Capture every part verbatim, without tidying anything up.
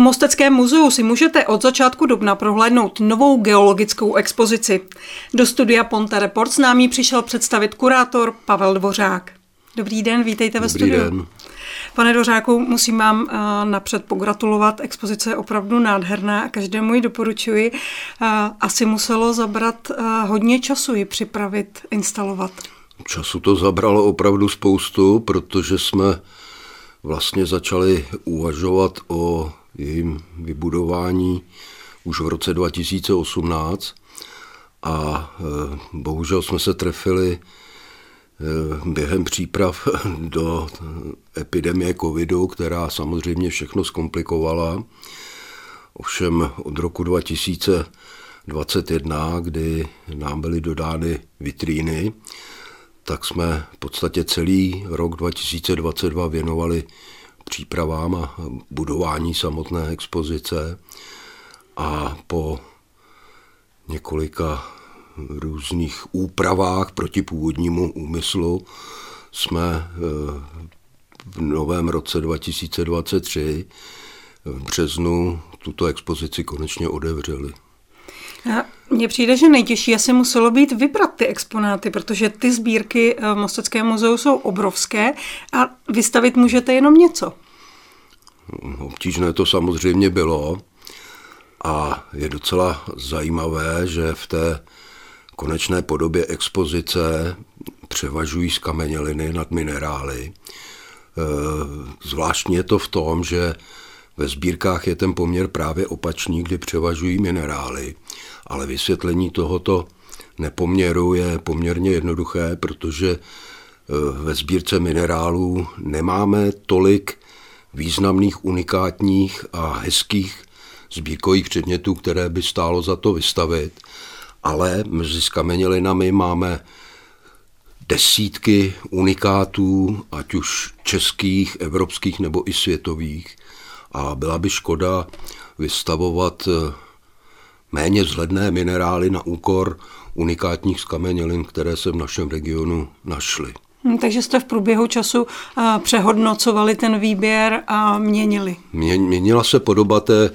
Mosteckém muzeu si můžete od začátku dubna prohlédnout novou geologickou expozici. Do studia Ponte Report s námi přišel představit kurátor Pavel Dvořák. Dobrý den, vítejte ve studiu. Dobrý den. Pane Dvořáku, musím vám uh, napřed pogratulovat. Expozice je opravdu nádherná a každému ji doporučuji. Uh, asi muselo zabrat uh, hodně času ji připravit, instalovat. Času to zabralo opravdu spoustu, protože jsme vlastně začali uvažovat o jejím vybudování už v roce dva tisíce osmnáct a uh, bohužel jsme se trefili během příprav do epidemie covidu, která samozřejmě všechno zkomplikovala. Ovšem od roku dva tisíce dvacet jedna, kdy nám byly dodány vitríny, tak jsme v podstatě celý rok dva tisíce dvacet dva věnovali přípravám a budování samotné expozice. A po několika různých úpravách proti původnímu úmyslu jsme v novém roce dva tisíce dvacet tři v březnu tuto expozici konečně otevřeli. Mně přijde, že nejtěžší asi muselo být vybrat ty exponáty, protože ty sbírky v Mosteckém muzeu jsou obrovské a vystavit můžete jenom něco. Obtížné to samozřejmě bylo a je docela zajímavé, že v té konečné podobě expozice převažují zkameněliny nad minerály. Zvláštní je to v tom, že ve sbírkách je ten poměr právě opačný, kdy převažují minerály, ale vysvětlení tohoto nepoměru je poměrně jednoduché, protože ve sbírce minerálů nemáme tolik významných, unikátních a hezkých sbírkových předmětů, které by stálo za to vystavit, ale mezi zkamenělinami máme desítky unikátů, ať už českých, evropských nebo i světových. A byla by škoda vystavovat méně vzhledné minerály na úkor unikátních zkamenělin, které se v našem regionu našly. Takže jste v průběhu času přehodnocovali ten výběr a měnili. Měnila se podoba té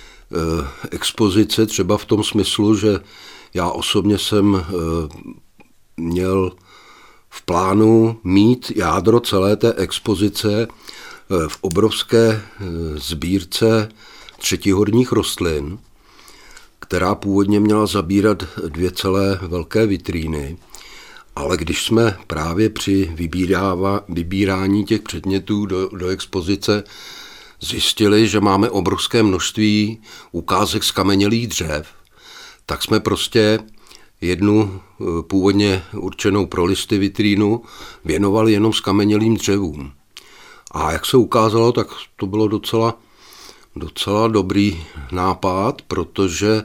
expozice třeba v tom smyslu, že já osobně jsem měl v plánu mít jádro celé té expozice v obrovské sbírce třetihorních rostlin, která původně měla zabírat dvě celé velké vitríny, ale když jsme právě při vybírání těch předmětů do, do expozice zjistili, že máme obrovské množství ukázek zkamenělých dřev, tak jsme prostě jednu původně určenou pro listy vitrínu věnovali jenom zkamenělým dřevům. A jak se ukázalo, tak to bylo docela, docela dobrý nápad, protože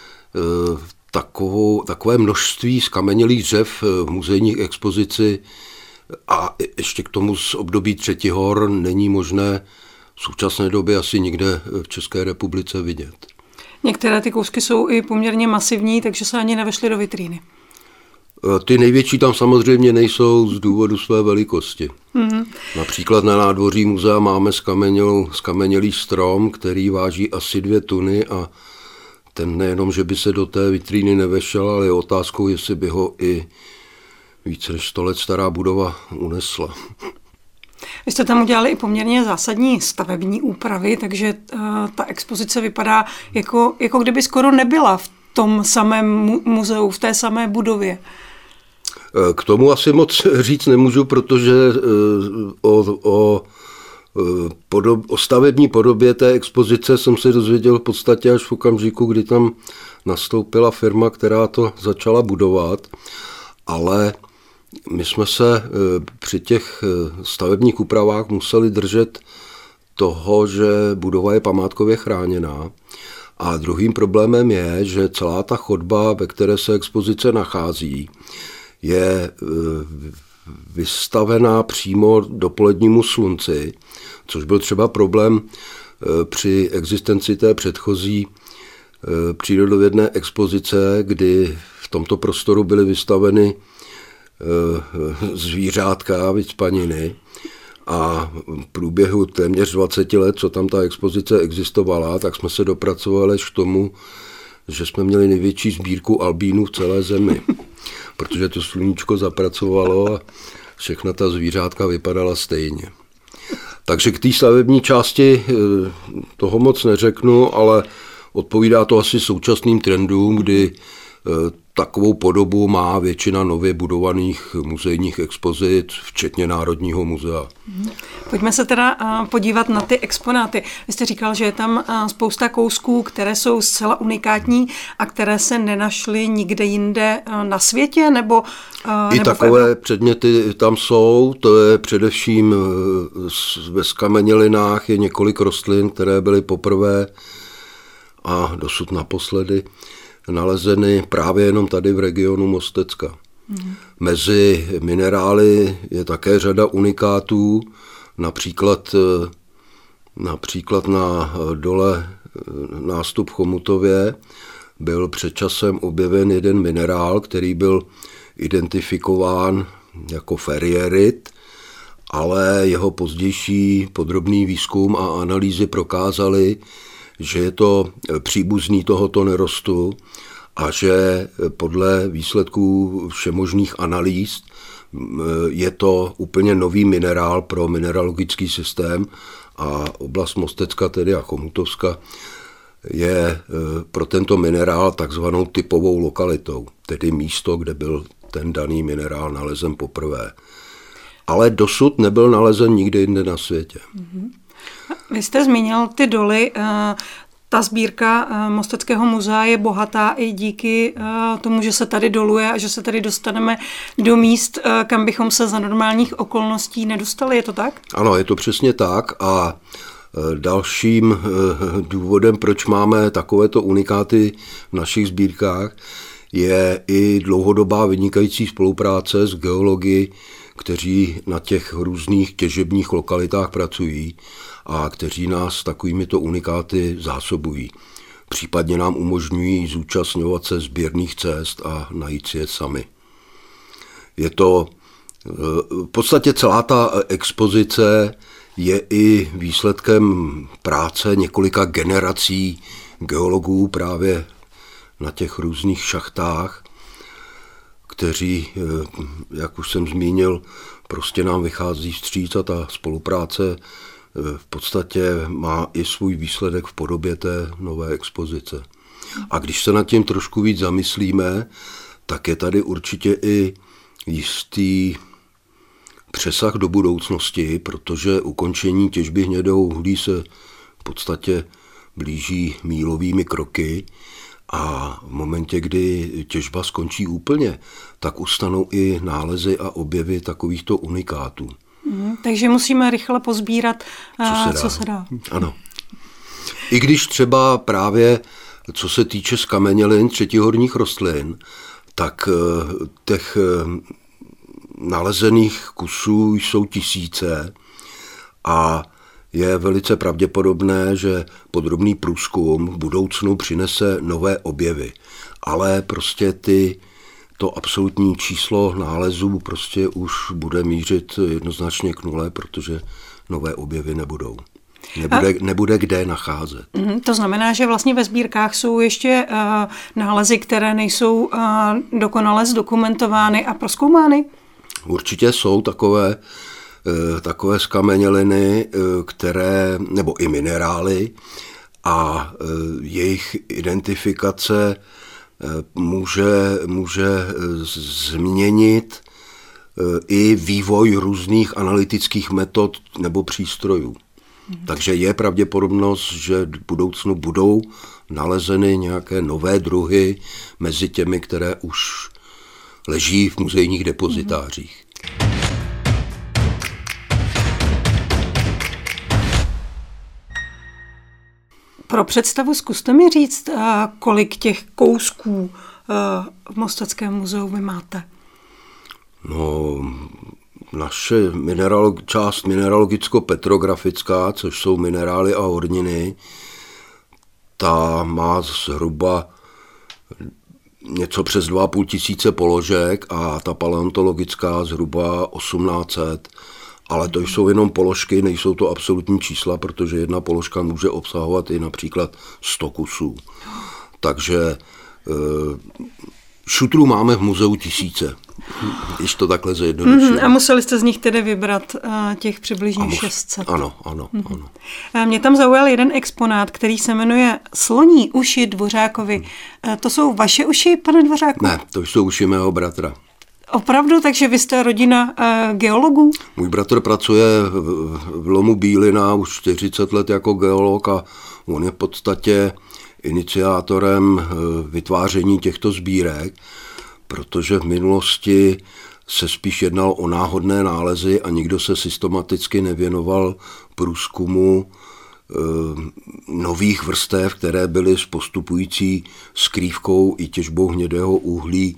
takovou, takové množství zkamenělých dřev v muzejní expozici a ještě k tomu z období Třetihor není možné v současné době asi nikde v České republice vidět. Některé ty kousky jsou i poměrně masivní, takže se ani nevešly do vitríny. Ty největší tam samozřejmě nejsou z důvodu své velikosti. Mm-hmm. Například na nádvoří muzea máme zkamenělý strom, který váží asi dvě tuny a ten nejenom, že by se do té vitríny nevešel, ale je otázkou, jestli by ho i více než sto let stará budova unesla. Vy jste tam udělali i poměrně zásadní stavební úpravy, takže uh, ta expozice vypadá jako, jako kdyby skoro nebyla v tom samém mu- muzeu, v té samé budově. K tomu asi moc říct nemůžu, protože uh, o, o, uh, podob, o stavební podobě té expozice jsem se dozvěděl v podstatě až v okamžiku, kdy tam nastoupila firma, která to začala budovat, ale my jsme se při těch stavebních úpravách museli držet toho, že budova je památkově chráněná. A druhým problémem je, že celá ta chodba, ve které se expozice nachází, je vystavená přímo dopolednímu slunci, což byl třeba problém při existenci té předchozí přírodovědné expozice, kdy v tomto prostoru byly vystaveny zvířátka, vycpaniny. A v průběhu téměř dvacet let, co tam ta expozice existovala, tak jsme se dopracovali k tomu, že jsme měli největší sbírku albínů v celé zemi. Protože to sluníčko zapracovalo a všechna ta zvířátka vypadala stejně. Takže k té stavební části toho moc neřeknu, ale odpovídá to asi současným trendům, kdy takovou podobu má většina nově budovaných muzejních expozic, včetně Národního muzea. Pojďme se teda podívat na ty exponáty. Vy jste říkal, že je tam spousta kousků, které jsou zcela unikátní a které se nenašly nikde jinde na světě, nebo I nebo takové předměty tam jsou, to je především ve zkamenělinách je několik rostlin, které byly poprvé a dosud naposledy nalezeny právě jenom tady v regionu Mostecka. Mm. Mezi minerály je také řada unikátů, například, například na dole nástup v Chomutově byl před časem objeven jeden minerál, který byl identifikován jako ferrierit, ale jeho pozdější podrobný výzkum a analýzy prokázaly, že je to příbuzný tohoto nerostu a že podle výsledků všemožných analýz je to úplně nový minerál pro mineralogický systém a oblast Mostecka, tedy a Chomutovska, je pro tento minerál takzvanou typovou lokalitou, tedy místo, kde byl ten daný minerál nalezen poprvé. Ale dosud nebyl nalezen nikde jinde na světě. Mm-hmm. Vy jste zmínil ty doly. Ta sbírka Mosteckého muzea je bohatá i díky tomu, že se tady doluje a že se tady dostaneme do míst, kam bychom se za normálních okolností nedostali. Je to tak? Ano, je to přesně tak a dalším důvodem, proč máme takovéto unikáty v našich sbírkách, je i dlouhodobá vynikající spolupráce s geology, kteří na těch různých těžebních lokalitách pracují a kteří nás takovýmito unikáty zásobují. Případně nám umožňují zúčastňovat se sběrných cest a najít si je sami. Je to v podstatě celá ta expozice je i výsledkem práce několika generací geologů právě na těch různých šachtách, kteří, jak už jsem zmínil, prostě nám vychází vstříc a ta spolupráce v podstatě má i svůj výsledek v podobě té nové expozice. A když se nad tím trošku víc zamyslíme, tak je tady určitě i jistý přesah do budoucnosti, protože ukončení těžby hnědého uhlí se v podstatě blíží mílovými kroky a v momentě, kdy těžba skončí úplně, tak ustanou i nálezy a objevy takovýchto unikátů. Mm, takže musíme rychle pozbírat, co se dá. Co se dá. Ano. I když třeba právě, co se týče zkamenělin třetihorních rostlin, tak těch nalezených kusů jsou tisíce a je velice pravděpodobné, že podrobný průzkum v budoucnu přinese nové objevy. Ale prostě ty, to absolutní číslo nálezů prostě už bude mířit jednoznačně k nule, protože nové objevy nebudou. Nebude, nebude kde nacházet. To znamená, že vlastně ve sbírkách jsou ještě uh, nálezy, které nejsou uh, dokonale zdokumentovány a prozkoumány? Určitě jsou takové, takové zkameněliny, které, nebo i minerály a jejich identifikace může, může změnit i vývoj různých analytických metod nebo přístrojů. Hmm. Takže je pravděpodobnost, že v budoucnu budou nalezeny nějaké nové druhy mezi těmi, které už leží v muzejních depozitářích. Pro představu zkuste mi říct, kolik těch kousků v Mosteckém muzeu vy máte? No, naše mineralog, část mineralogicko-petrografická, což jsou minerály a horniny, ta má zhruba něco přes dva a půl tisíce položek a ta paleontologická zhruba osmnáct set. Ale to jsou jenom položky, nejsou to absolutní čísla, protože jedna položka může obsahovat i například sto kusů. Takže šutrů máme v muzeu tisíce, když to takhle zjednoduším. Mm, a museli jste z nich tedy vybrat uh, těch přibližně mus, šest set. Ano, ano, mm. ano. A mě tam zaujal jeden exponát, který se jmenuje Sloní uši Dvořákovi. Uh, to jsou vaše uši, pane Dvořáku? Ne, to jsou uši mého bratra. Opravdu? Takže vy jste rodina uh, geologů? Můj bratr pracuje v, v lomu Bílina už čtyřicet let jako geolog a on je v podstatě iniciátorem vytváření těchto sbírek, protože v minulosti se spíš jednalo o náhodné nálezy a nikdo se systematicky nevěnoval průzkumu e, nových vrstev, které byly s postupující skrývkou i těžbou hnědého uhlí e,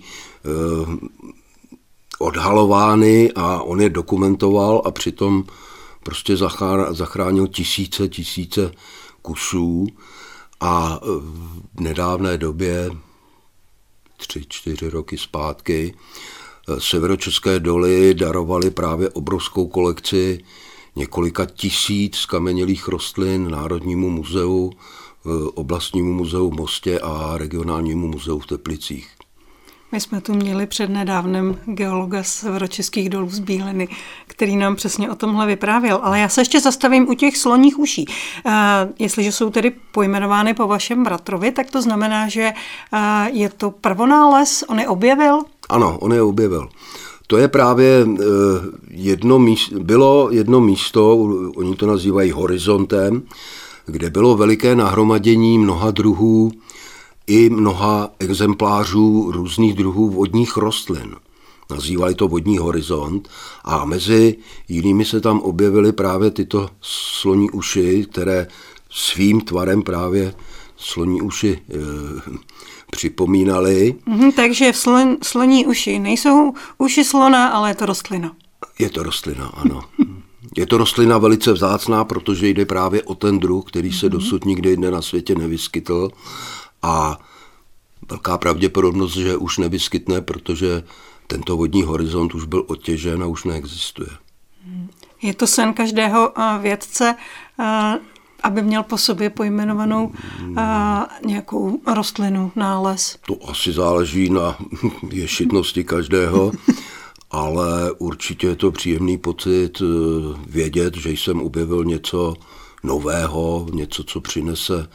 odhalovány a on je dokumentoval a přitom prostě zachránil tisíce, tisíce kusů. A v nedávné době, tři, čtyři roky zpátky, Severočeské doly darovaly právě obrovskou kolekci několika tisíc skamenělých rostlin Národnímu muzeu, Oblastnímu muzeu v Mostě a Regionálnímu muzeu v Teplicích. My jsme tu měli přednedávnem geologa z Severočeských dolů z Bíliny, který nám přesně o tomhle vyprávěl. Ale já se ještě zastavím u těch sloních uší. Uh, jestliže jsou tedy pojmenovány po vašem bratrovi, tak to znamená, že uh, je to prvonález, on je objevil? Ano, on je objevil. To je právě uh, jedno místo, bylo jedno místo, oni to nazývají horizontem, kde bylo veliké nahromadění mnoha druhů i mnoha exemplářů různých druhů vodních rostlin. Nazývali to vodní horizont a mezi jinými se tam objevily právě tyto sloní uši, které svým tvarem právě sloní uši e, připomínaly. Mm, takže v slon, sloní uši nejsou uši slona, ale je to rostlina. Je to rostlina, ano. Je to rostlina velice vzácná, protože jde právě o ten druh, který se dosud nikde jinde na světě nevyskytl. A velká pravděpodobnost, že už nevyskytne, protože tento vodní horizont už byl odtěžen a už neexistuje. Je to sen každého vědce, aby měl po sobě pojmenovanou nějakou rostlinu, nález? To asi záleží na ješitnosti každého, ale určitě je to příjemný pocit vědět, že jsem objevil něco nového, něco, co přinese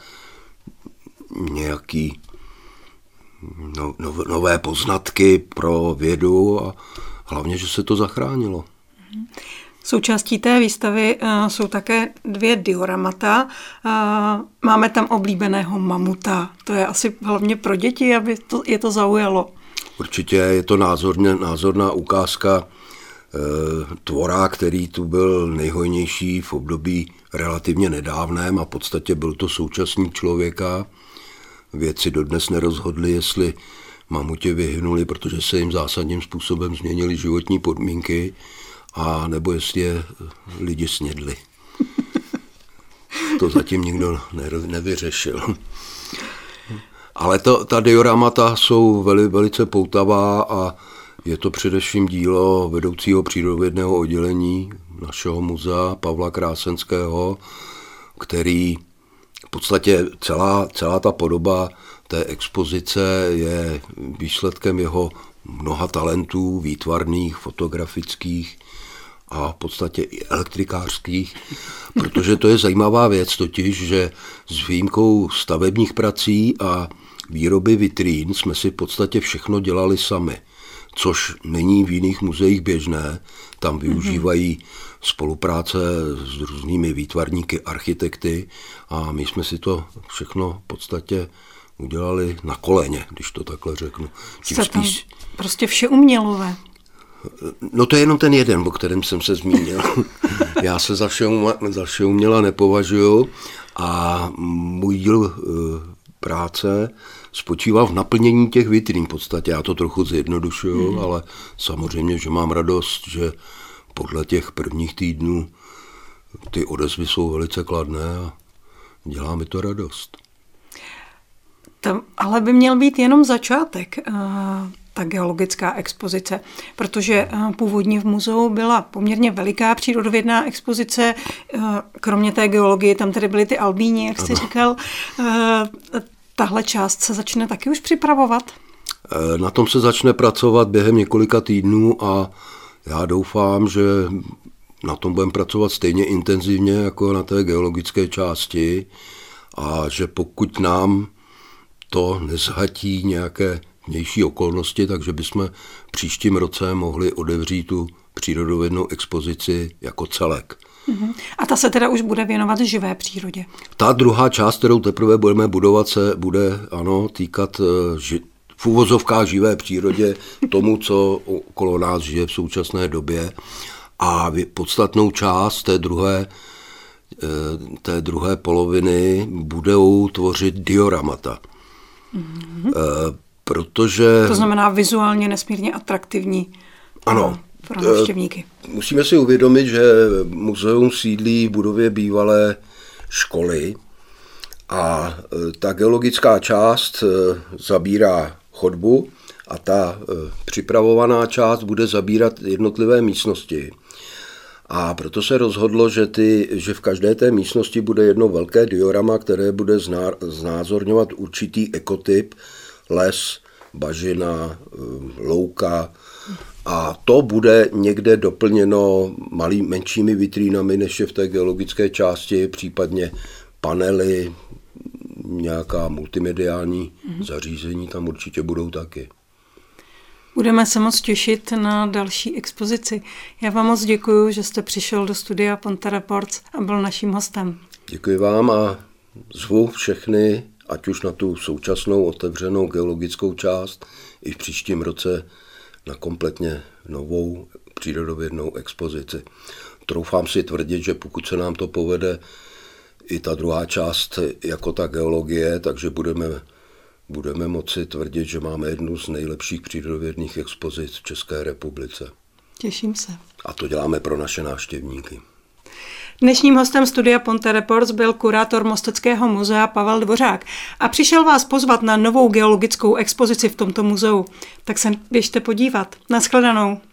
nějaký no, no, nové poznatky pro vědu a hlavně, že se to zachránilo. Součástí té výstavy uh, jsou také dvě dioramata. Uh, máme tam oblíbeného mamuta. To je asi hlavně pro děti, aby to, je to zaujalo. Určitě je to názorně, názorná ukázka e, tvora, který tu byl nejhojnější v období relativně nedávném a v podstatě byl to současník člověka. Vědci dodnes nerozhodli, jestli mamuti vyhynuli, protože se jim zásadním způsobem změnily životní podmínky, a nebo jestli je lidi snědli. To zatím nikdo nevyřešil. Ale to, ta dioramata jsou veli, velice poutavá a je to především dílo vedoucího přírodovědného oddělení našeho muzea Pavla Krásenského, který v podstatě celá, celá ta podoba té expozice je výsledkem jeho mnoha talentů, výtvarných, fotografických a v podstatě i elektrikářských, protože to je zajímavá věc totiž, že s výjimkou stavebních prací a výroby vitrín jsme si v podstatě všechno dělali sami, což není v jiných muzeích běžné. Tam využívají spolupráce s různými výtvarníky, architekty a my jsme si to všechno v podstatě udělali na koleně, když to takhle řeknu. Tím spíš... Prostě vše umělové. No to je jenom ten jeden, o kterém jsem se zmínil. Já se za vše, za vše uměla nepovažuju a můj díl práce spočívá v naplnění těch vitrín v podstatě. Já to trochu zjednodušuju, hmm. ale samozřejmě, že mám radost, že podle těch prvních týdnů ty odezvy jsou velice kladné a dělá mi to radost. To ale by měl být jenom začátek. ta geologická expozice, protože původně v muzeu byla poměrně veliká přírodovědná expozice, kromě té geologie tam tedy byly ty albíni, jak jste říkal. Tahle část se začne taky už připravovat? Na tom se začne pracovat během několika týdnů a já doufám, že na tom budeme pracovat stejně intenzivně jako na té geologické části a že pokud nám to nezhatí nějaké vnější okolnosti, takže bychom příštím roce mohli otevřít tu přírodovědnou expozici jako celek. Uhum. A ta se teda už bude věnovat živé přírodě? Ta druhá část, kterou teprve budeme budovat, se bude ano, týkat ži- v uvozovkách živé přírodě, tomu, co okolo nás žije v současné době. A podstatnou část té druhé, té druhé poloviny budou tvořit dioramata. Mm-hmm. Protože... To znamená vizuálně nesmírně atraktivní ano, pro návštěvníky. Musíme si uvědomit, že muzeum sídlí v budově bývalé školy a ta geologická část zabírá chodbu a ta připravovaná část bude zabírat jednotlivé místnosti. A proto se rozhodlo, že, ty, že v každé té místnosti bude jedno velké diorama, které bude znázorňovat určitý ekotyp, les, bažina, louka. A to bude někde doplněno malý, menšími vitrínami, než je v té geologické části, případně panely, nějaká multimediální mm-hmm. zařízení tam určitě budou taky. Budeme se moc těšit na další expozici. Já vám moc děkuji, že jste přišel do studia Ponte Reports a byl naším hostem. Děkuji vám a zvu všechny, ať už na tu současnou otevřenou geologickou část, i v příštím roce na kompletně novou přírodovědnou expozici. Troufám si tvrdit, že pokud se nám to povede, i ta druhá část jako ta geologie, takže budeme Budeme moci tvrdit, že máme jednu z nejlepších přírodovědných expozic v České republice. Těším se. A to děláme pro naše návštěvníky. Dnešním hostem studia Ponte Reports byl kurátor Mosteckého muzea Pavel Dvořák a přišel vás pozvat na novou geologickou expozici v tomto muzeu. Tak se běžte podívat. Naschledanou.